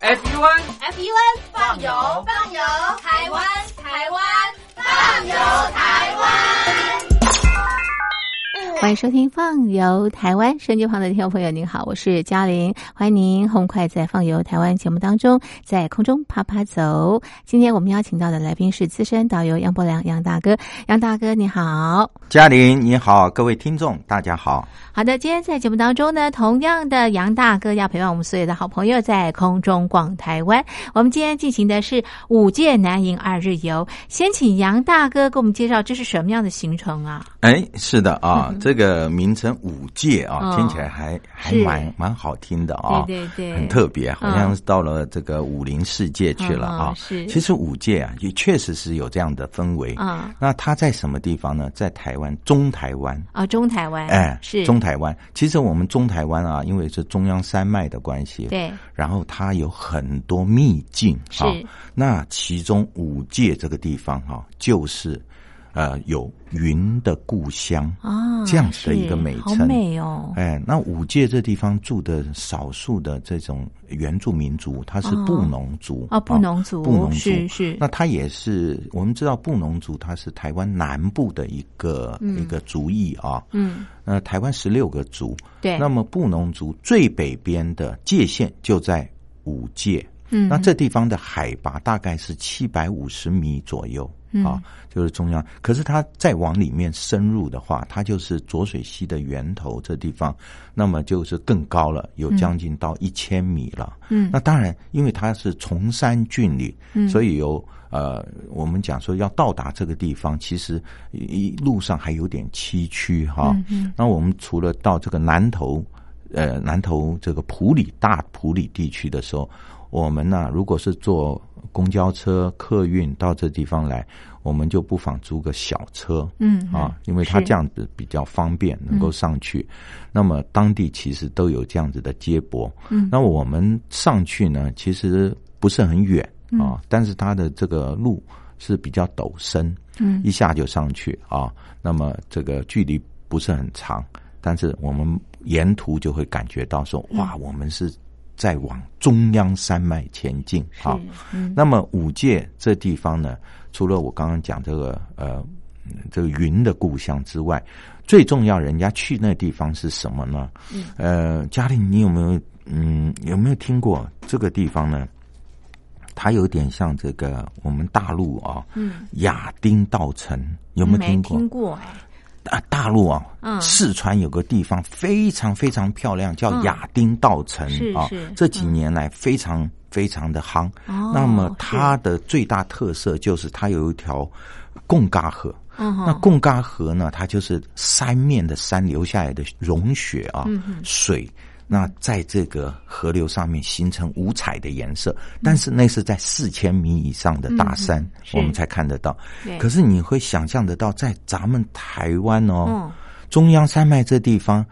FUN 放油台湾放油台湾。 欢迎收听放游台湾，收音机旁的听众朋友您好，我是嘉玲，欢迎您很快在放游台湾节目当中在空中啪啪走。今天我们邀请到的来宾是资深导游杨伯良杨大哥，杨大哥你好。 嘉玲你好，各位听众大家好。 好的，今天在节目当中呢，同样的杨大哥要陪伴我们所有的好朋友在空中逛台湾。我们今天进行的是5届南营2日游，先请杨大哥给我们介绍这是什么样的行程啊？ 是的啊，这个名称5届啊，听起来还蛮好听的啊， 对， 很特别，好像是到了这个50世界去了啊。 是， 其实5届啊，也确实是有这样的氛围啊。那它在什么地方呢？在台湾中台湾啊，中台湾， 是中台湾。其实我们中台湾啊，因为是中央山脉的关系， 对， 然后它有很多秘境啊。那其中5届这个地方哈，就是有云的故乡这样子的一个美称， 好美哦。 那5届这地方住的少数的这种原住民族，他是布农族布农族是。 那他也是我们知道布农族，他是台湾南部的一个族裔啊。台湾16个族，对。那么布农族最北边的界限就在5届。那这地方的海拔大概是750米左右啊，就是中央。可是它再往里面深入的话，它就是浊水溪的源头这地方，那么就是更高了，有将近到1000米了。那当然，因为它是崇山峻岭，所以有我们讲说要到达这个地方，其实一路上还有点崎岖哈。那我们除了到这个南投这个大埔里地区的时候，我们呢，如果是坐公交车客运到这地方来，我们就不妨租个小车，因为它这样子比较方便，能够上去。那么当地其实都有这样子的接驳。那我们上去呢，其实不是很远啊，但是它的这个路是比较陡深，一下就上去啊。那么这个距离不是很长，但是我们沿途就会感觉到说，哇，我们是在往中央山脉前进啊。那么5届这地方呢，除了我刚刚讲这个云的故乡之外，最重要人家去那地方是什么呢？嘉玲你有没有听过这个地方呢？它有点像这个我们大陆啊，亚丁稻城，有没有听过？没听过大陆啊，四川有个地方非常非常漂亮，叫亚丁稻城啊。这几年来非常非常的夯。那么它的最大特色就是它有一条贡嘎河。那贡嘎河呢，它就是山面的山流下来的融雪啊，水。那在这个河流上面形成五彩的颜色，但是那是在4000米以上的大山，我们才看得到。可是你会想象得到，在咱们台湾中央山脉这地方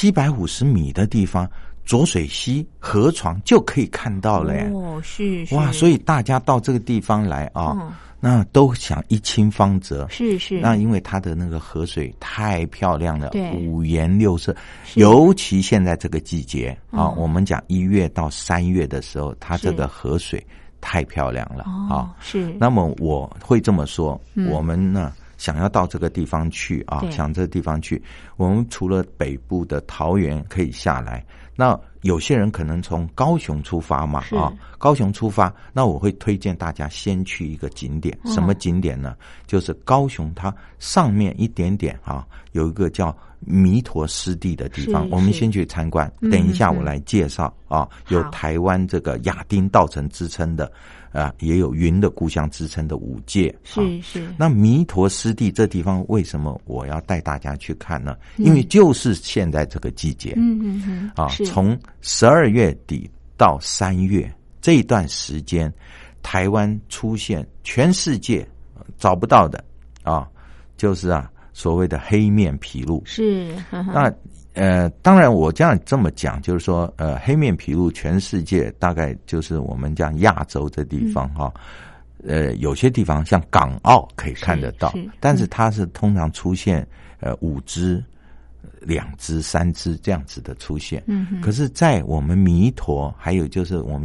750米的地方，浊水溪河床就可以看到了耶。是哇，所以大家到这个地方来啊，那都想一清芳泽。是。那因为它的那个河水太漂亮了，五颜六色，尤其现在这个季节啊，我们讲1月到3月的时候，它这个河水太漂亮了啊。是。那么我会这么说，我们呢想要到这个地方去啊，想这个地方去，我们除了北部的桃园可以下来，那有些人可能从高雄出发嘛，高雄出发，那我会推荐大家先去一个景点，什么景点呢？就是高雄它上面一点点有一个叫弥陀湿地的地方，我们先去参观。等一下我来介绍有台湾这个亚丁稻城之称的，也有云的故乡之称的5届。是。那弥陀湿地这地方为什么我要带大家去看呢？因为就是现在这个季节，从12月底到3月这一段时间，台湾出现全世界找不到的就是所谓的黑面琵鹭。是。那当然我这么讲，就是说黑面琵鹭全世界大概就是我们讲亚洲的地方有些地方像港澳可以看得到，但是它是通常出现5只、2只、3只这样子的出现。可是在我们弥陀还有就是我们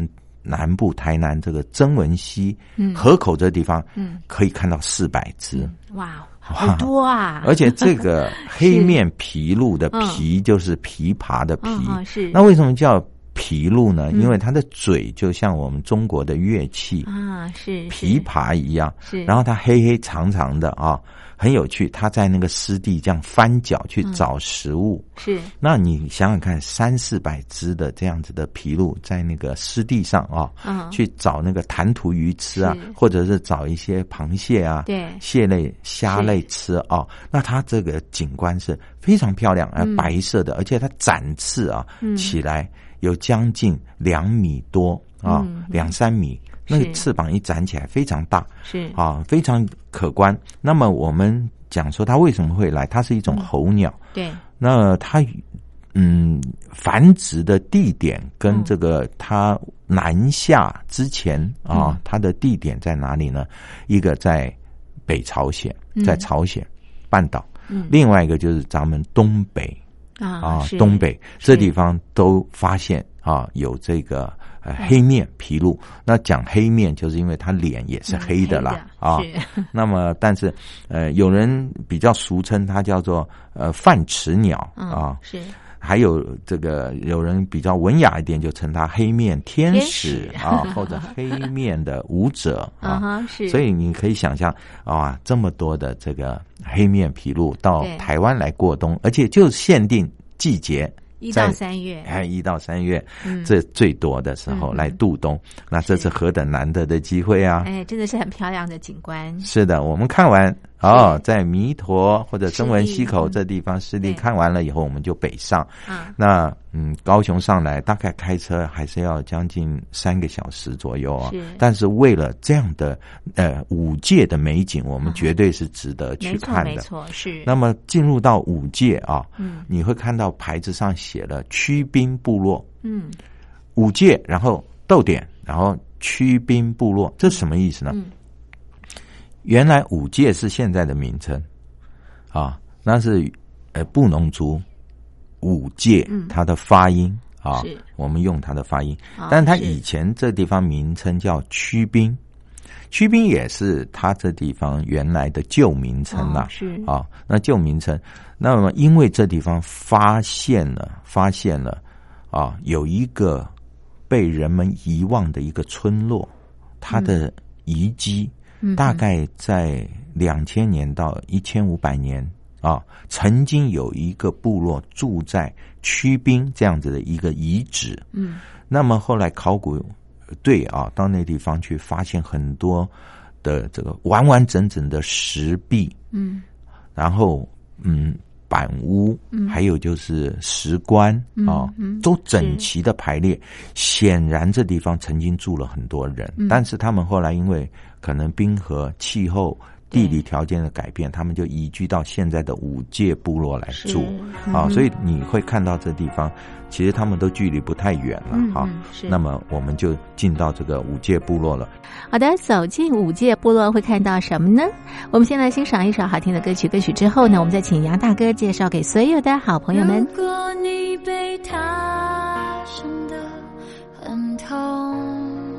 南部台南这个曾文溪河口这地方，可以看到400只。 哇，好多啊！ 而且这个黑面琵鹭的琵就是琵琶的琵， 是。 那为什么叫琵鹭呢？因为它的嘴就像我们中国的乐器是琵琶一样， 是。 然后它黑黑长长的很有趣，它在那个湿地这样翻脚去找食物。 是。 那你想想看，300-400只的这样子的琵鹭在那个湿地上去找那个弹涂鱼吃啊，或者是找一些螃蟹啊、 对， 蟹类、虾类吃那它这个景观是非常漂亮，白色的，而且它展翅起来有将近2米多2-3米。那个翅膀一展起来非常大， 是非常可观。那么我们讲说它为什么会来，它是一种候鸟， 对。 那它繁殖的地点跟这个它南下之前它的地点在哪里呢？一个在北朝鲜，在朝鲜半岛，另外一个就是咱们东北东北这地方都发现有这个黑面琵鹭。那讲黑面就是因为它脸也是黑的啦那么但是有人比较俗称它叫做饭池鸟是。 还有这个有人比较文雅一点就称它黑面天使或者黑面的舞者是。 所以你可以想象这么多的这个黑面琵鹭到台湾来过冬，而且就限定季节 1到3月 ，1到3月，这最多的时候来度冬，那这是何等难得的机会啊！ 真的是很漂亮的景观。 是的，我们看完在弥陀或者曾文溪口这地方湿地看完了以后，我们就北上。那高雄上来大概开车还是要将近3个小时左右但是为了这样的五界的美景，我们绝对是值得去看的。 没错，是。 那么进入到五界你会看到牌子上写了曲滨部落，五界，然后逗点，然后曲滨部落，这是什么意思呢？原来五界是现在的名称那是布农族五界它的发音我们用它的发音，但它以前这地方名称叫曲滨，曲滨也是它这地方原来的旧名称啦。那旧名称，那么因为这地方发现了有一个被人们遗忘的一个村落，它的遗迹大概在2000年到1500年曾经有一个部落住在曲滨这样子的一个遗址。那么后来考古队到那地方去，发现很多的这个完完整整的石壁，然后板屋，还有就是石棺都整齐的排列。显然这地方曾经住了很多人，但是他们后来因为可能冰河、气候、地理条件的改变，他们就移居到现在的五界部落来住所以你会看到这地方其实他们都距离不太远了那么我们就进到这个五界部落了。 好的，走进五界部落会看到什么呢？我们先来欣赏一首好听的歌曲，歌曲之后呢，我们再请杨大哥介绍给所有的好朋友们。 如果你被他伤得很痛，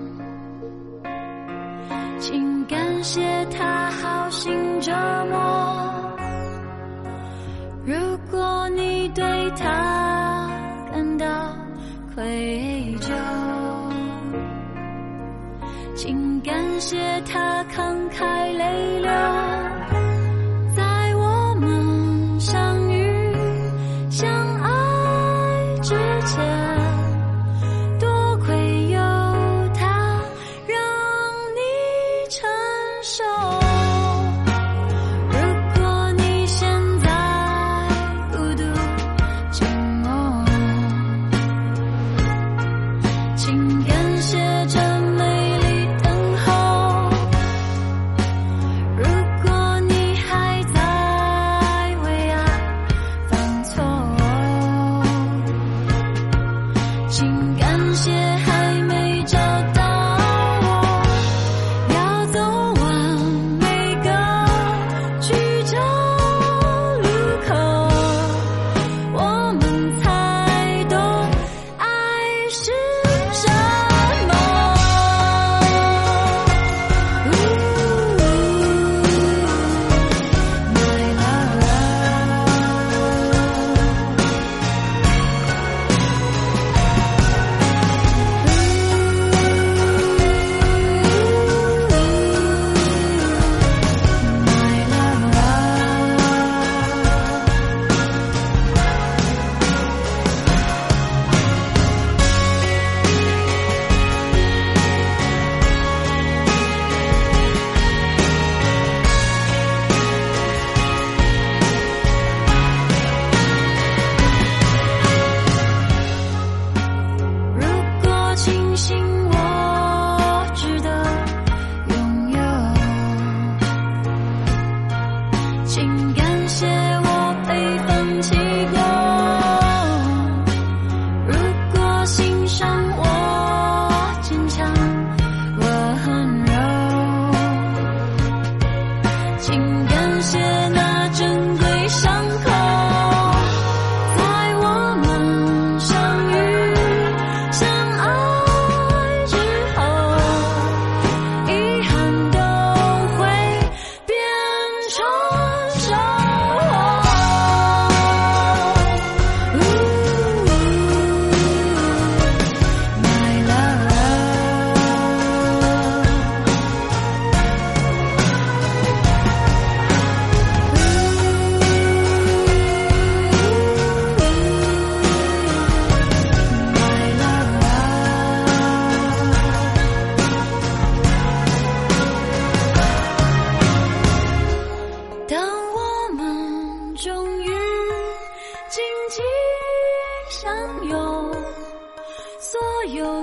请感谢他好心折磨。如果你对他感到愧疚，请感谢他慷慨泪流。在我们相遇相爱之前，多亏有他让你承受。如果你现在孤独寂寞，请感谢这美丽等候。如果你还在为爱犯错，请感谢还没找到我。要走完每个曲折路口，我们才懂爱是什么。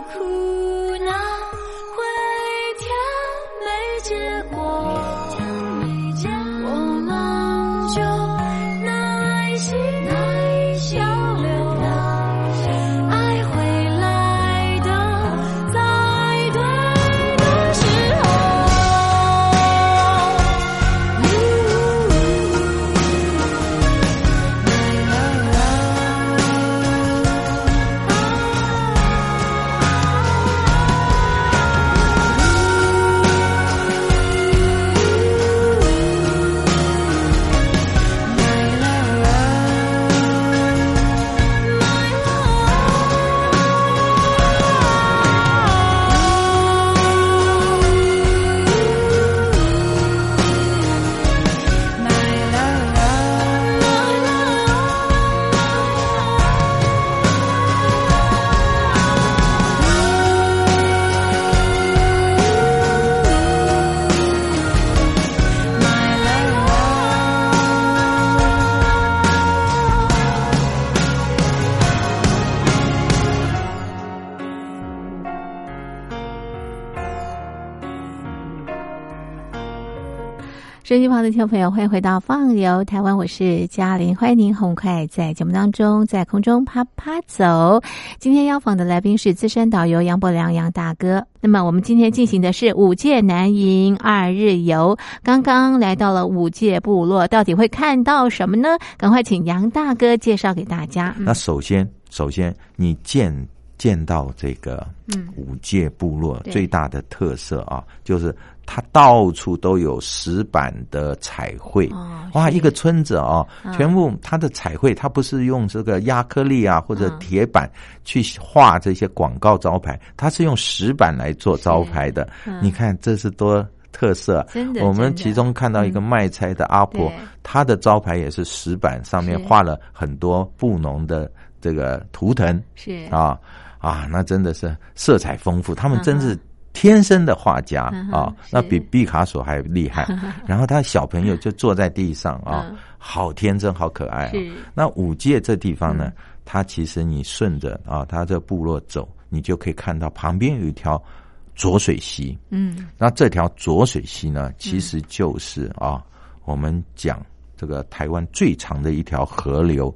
手机旁的听众朋友，欢迎回到放游台湾，我是嘉玲，欢迎您很快在节目当中在空中啪啪走。今天邀访的来宾是资深导游杨伯良杨大哥。那么我们今天进行的是五界南营2日游，刚刚来到了五界部落，到底会看到什么呢？赶快请杨大哥介绍给大家。 那首先你见到这个五界部落最大的特色啊，就是它到处都有石板的彩绘。哇，一个村子啊，全部它的彩绘，它不是用这个亚克力啊或者铁板去画这些广告招牌，它是用石板来做招牌的。你看这是多特色。我们其中看到一个卖菜的阿婆，她的招牌也是石板，上面画了很多布农的这个图腾。是啊，那真的是色彩丰富，他们真是天生的画家啊，那比毕卡索还厉害。然后他小朋友就坐在地上啊，好天真，好可爱啊。那五界这地方呢，它其实你顺着啊，它这部落走，你就可以看到旁边有一条浊水溪。那这条浊水溪呢，其实就是我们讲这个台湾最长的一条河流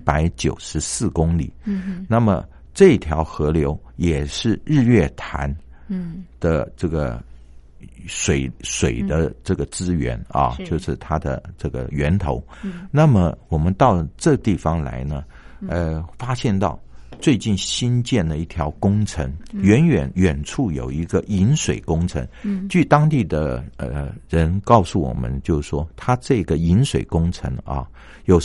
，194公里。那么这条河流也是日月潭的这个水的这个资源啊，就是它的这个源头。那么我们到这地方来呢，发现到最近新建了一条工程，远处有一个引水工程。据当地的人告诉我们，就是说它这个引水工程啊，有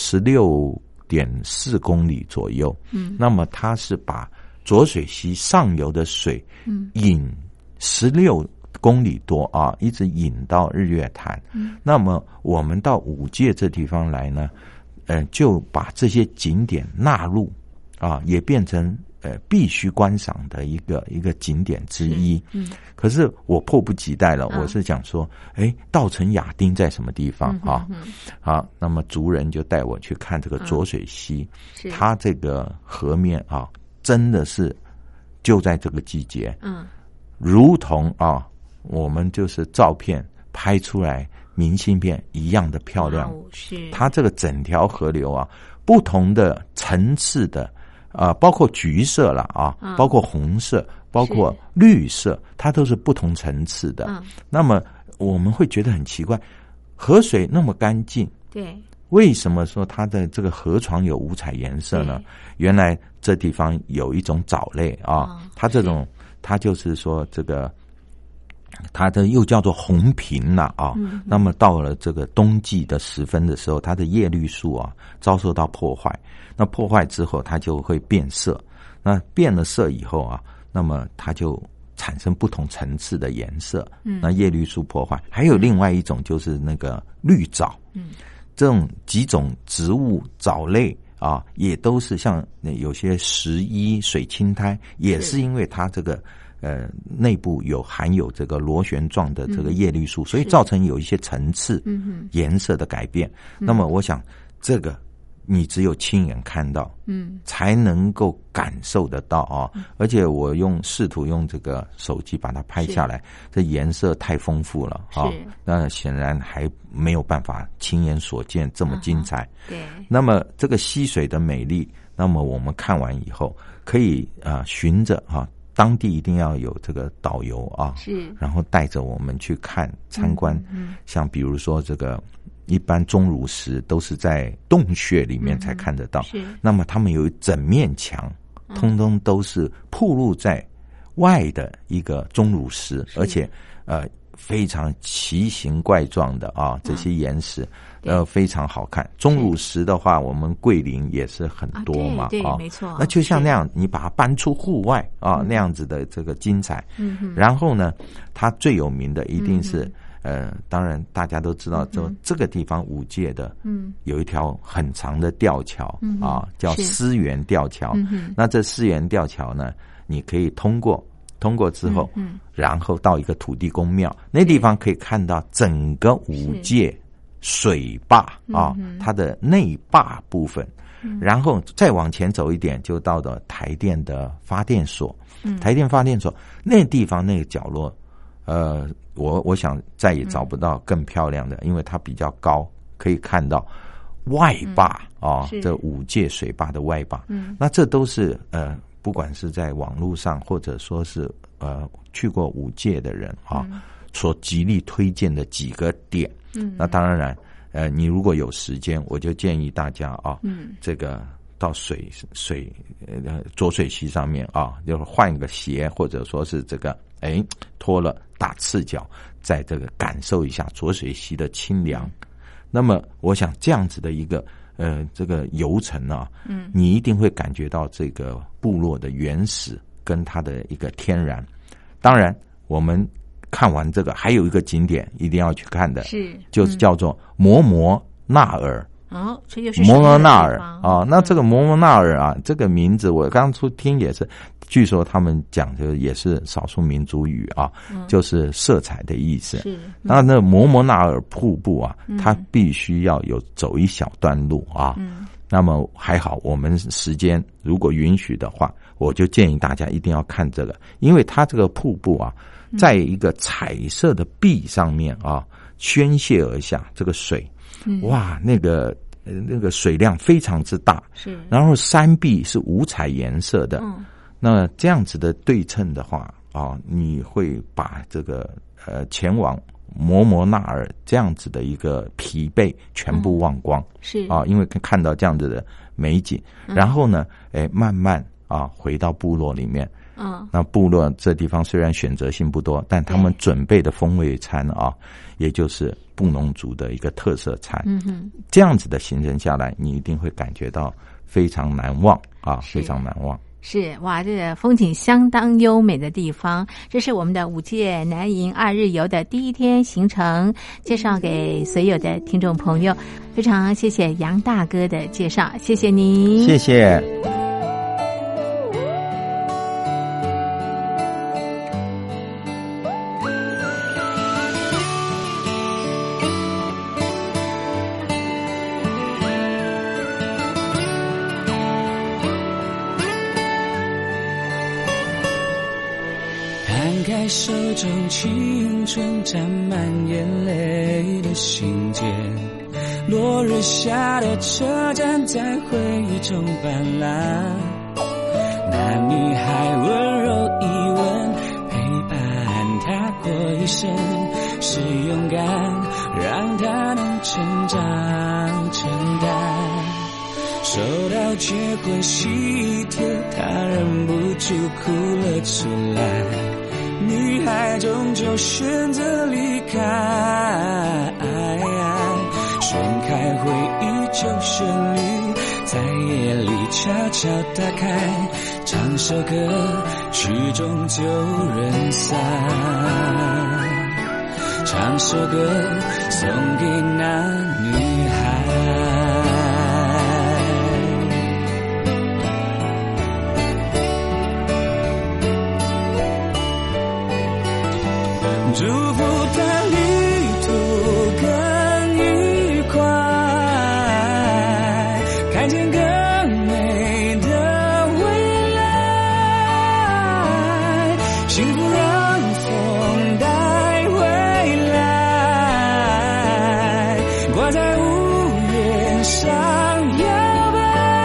16.4公里左右。那么它是把浊水溪上游的水引16公里多啊，一直引到日月潭。那么我们到五界这地方来呢，就把这些景点纳入啊，也变成必须观赏的一个景点之一。可是我迫不及待了，我是讲说，稻城亚丁在什么地方啊？好，那么族人就带我去看这个浊水溪，它这个河面啊，真的是就在这个季节，如同我们就是照片拍出来明信片一样的漂亮。它这个整条河流啊，不同的层次的包括橘色了包括红色，包括绿色，它都是不同层次的。那么我们会觉得很奇怪，河水那么干净，为什么说它的这个河床有五彩颜色呢？原来这地方有一种藻类它就是说这个它的又叫做红萍了那么到了这个冬季的时分的时候，它的叶绿素遭受到破坏，那破坏之后它就会变色，那变了色以后那么它就产生不同层次的颜色。那叶绿素破坏，还有另外一种就是那个绿藻。这种几种植物藻类也都是像有些石衣、水青苔，也是因为它这个内部含有这个螺旋状的这个叶绿素，所以造成有一些层次颜色的改变。那么我想这个你只有亲眼看到，才能够感受得到啊！而且我试图用这个手机把它拍下来，这颜色太丰富了啊！那显然还没有办法亲眼所见这么精彩。 对， 那么这个溪水的美丽，那么我们看完以后，可以循着当地一定要有这个导游啊， 是， 然后带着我们去看参观，像比如说这个。一般钟乳石都是在洞穴里面才看得到，那么他们有一整面墙，通通都是暴露在外的一个钟乳石，而且非常奇形怪状的这些岩石，非常好看。钟乳石的话，我们桂林也是很多嘛， 对，没错。 那就像那样，你把它搬出户外那样子的这个精彩。然后呢，它最有名的一定是。当然大家都知道，就这个地方五界的，有一条很长的吊桥叫思源吊桥。那这思源吊桥呢，你可以通过之后，然后到一个土地公庙，那地方可以看到整个五界水坝它的内坝部分。然后再往前走一点，就到了台电的发电所。台电发电所那地方那个角落，我想再也找不到更漂亮的，因为它比较高，可以看到外坝这五界水坝的外坝。那这都是不管是在网络上或者说是去过五界的人所极力推荐的几个点。那当然你如果有时间，我就建议大家这个到浊水溪上面就是换一个鞋，或者说是这个脱了打赤脚，在这个感受一下浊水溪的清凉。那么我想这样子的一个这个游程你一定会感觉到这个部落的原始跟它的一个天然。当然我们看完这个还有一个景点一定要去看的，就是叫做摩摩纳尔。 这就是摩摩纳尔那这个摩摩纳尔这个名字我刚初听也是，据说他们讲的也是少数民族语就是色彩的意思。那摩摩纳尔瀑布它必须要有走一小段路那么还好，我们时间如果允许的话，我就建议大家一定要看这个，因为它这个瀑布在一个彩色的壁上面宣泄而下，这个水哇，那个水量非常之大，然后山壁是五彩颜色的。那这样子的对称的话你会把这个前往摩摩纳尔这样子的一个疲惫全部忘光，因为看到这样子的美景，然后呢慢慢回到部落里面。那部落这地方虽然选择性不多，但他们准备的风味餐也就是布农族的一个特色餐。这样子的行程下来，你一定会感觉到非常难忘非常难忘。 哇，这个风景相当优美的地方，这是我们的五界南营2日游的第一天行程，介绍给所有的听众朋友。非常谢谢杨大哥的介绍，谢谢您， 谢谢。 手中青春沾满眼泪的信件，落日下的车站在回忆中斑斓，那女孩温柔一吻，陪伴她过一生，是勇敢让她能成长承担，收到结婚喜帖，她忍不住哭了出来，女孩终究选择离开，旋开回忆旧旋律，在夜里悄悄打开，唱首歌，曲终就人散，唱首歌送给那女孩。祝福他旅途更愉快，开幸福让风带回来，挂在屋檐上摇摆。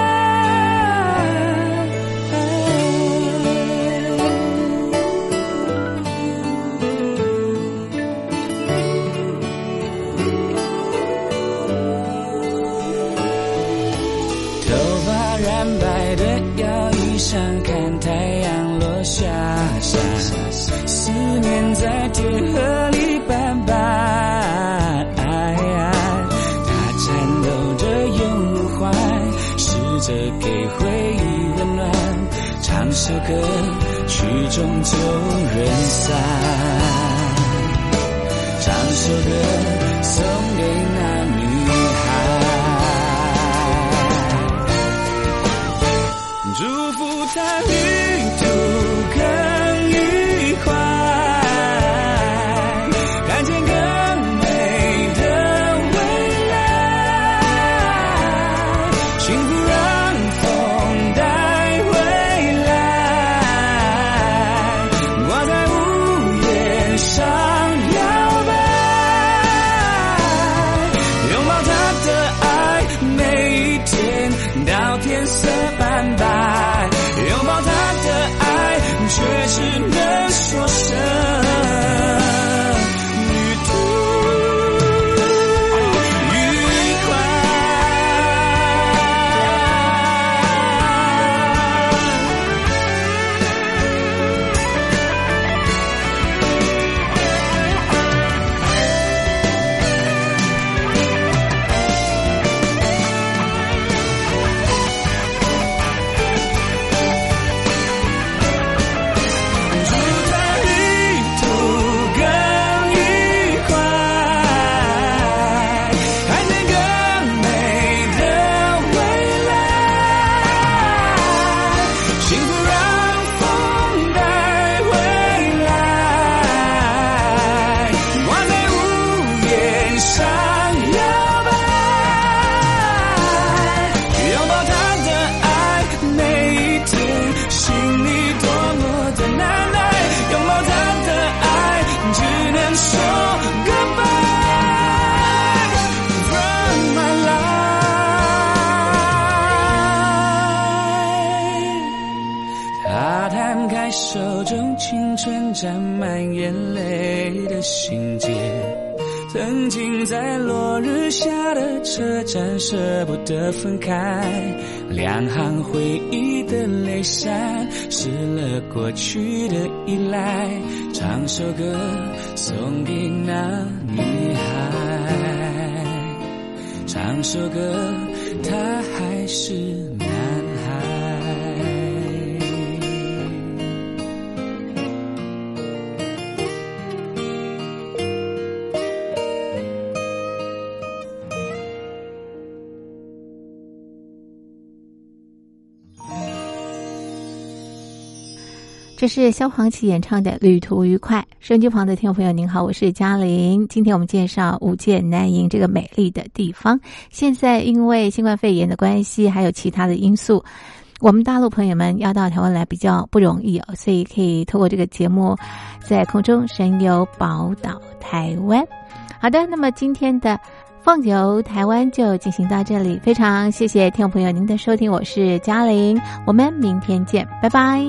头发染白的摇椅上看太阳落下山，思念在铁盒里斑斑。他颤抖着拥怀，试着给回忆温暖，唱首歌曲终究人散，唱首歌送给那女孩，祝福她旅途更愉快，看见更美的未来，幸福让风带回来，挂在屋檐上摇摆，拥抱她的爱，每一天到天色斑白，拥抱他的爱，却只能说声旅途愉快。手中青春沾满眼泪的信笺，曾经在落日下的车站舍不得分开，两行回忆的泪伞湿了过去的依赖，唱首歌送给那女孩，唱首歌她还是男孩。 这是萧煌奇演唱的《旅途愉快》。收音机旁的听众朋友您好，我是嘉玲。今天我们介绍五箭南营这个美丽的地方。现在因为新冠肺炎的关系还有其他的因素，我们大陆朋友们要到台湾来比较不容易所以可以透过这个节目在空中神游宝岛台湾。好的，那么今天的放游台湾就进行到这里，非常谢谢听众朋友您的收听，我是嘉玲，我们明天见，拜拜。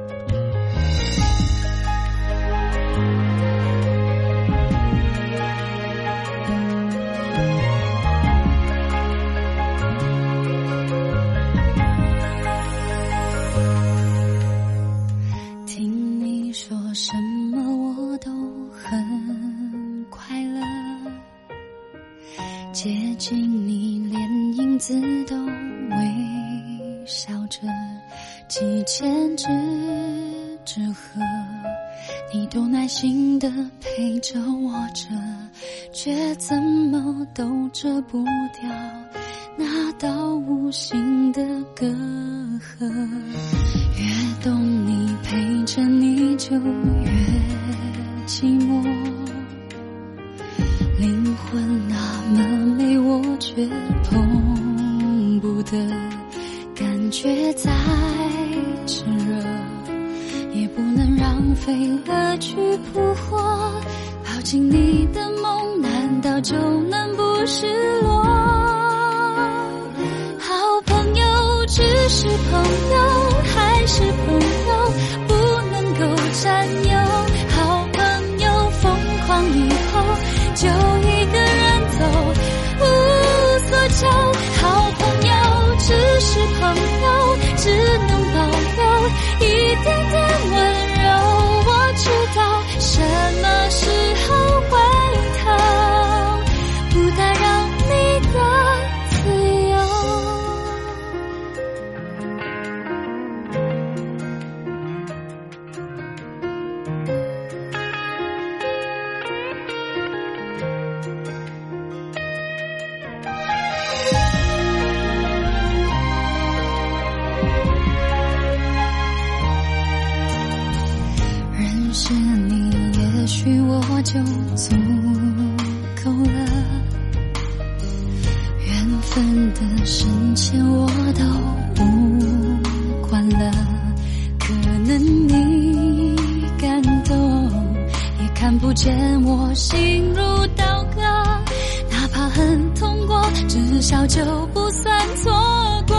什么我都很快乐，接近你连影子都微笑着，几千只纸鹤你都耐心地陪着我着，却怎么都遮不掉那道无形的隔阂，越懂你陪着你就越寂寞，灵魂那么美我却碰不得，感觉再炙热也不能让荒废了去扑火，抱紧你的梦，难道就能不失落？好朋友只是朋友，还是朋友不能够占有。好朋友疯狂以后，就一个人走，无所求。好朋友只是朋友，只能保留一点点温柔。我知道什么时候回头，不打扰你的自由。认识你，也许我就足够了，缘分的深浅我都不管了。可能你感动，也看不见我心如刀割，哪怕很痛过，至少就不算错过。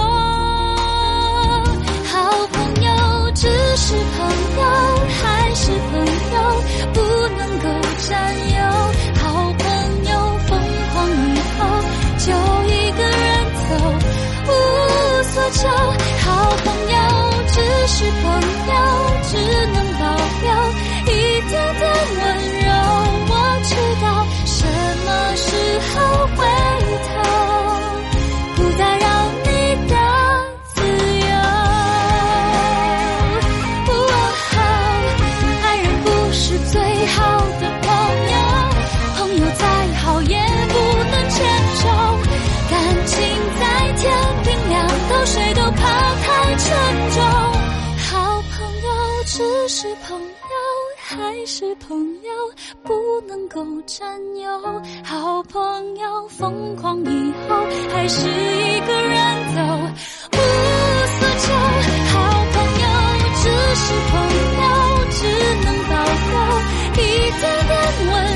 好朋友只是朋友，还是朋友不能够占有。好朋友疯狂以后，就一个人走，无所求。好朋友只是朋友，只能保留一点点温柔。我知道什么时候回头，不打扰你的自由。爱人不是最好的朋友，朋友再好也不能牵手。感情再天平两头，谁都怕太沉重。好朋友只是朋友，还是朋友不能够占有。好朋友疯狂以后，还是一个人走，无所求。好朋友只是朋友，只能保留一点点温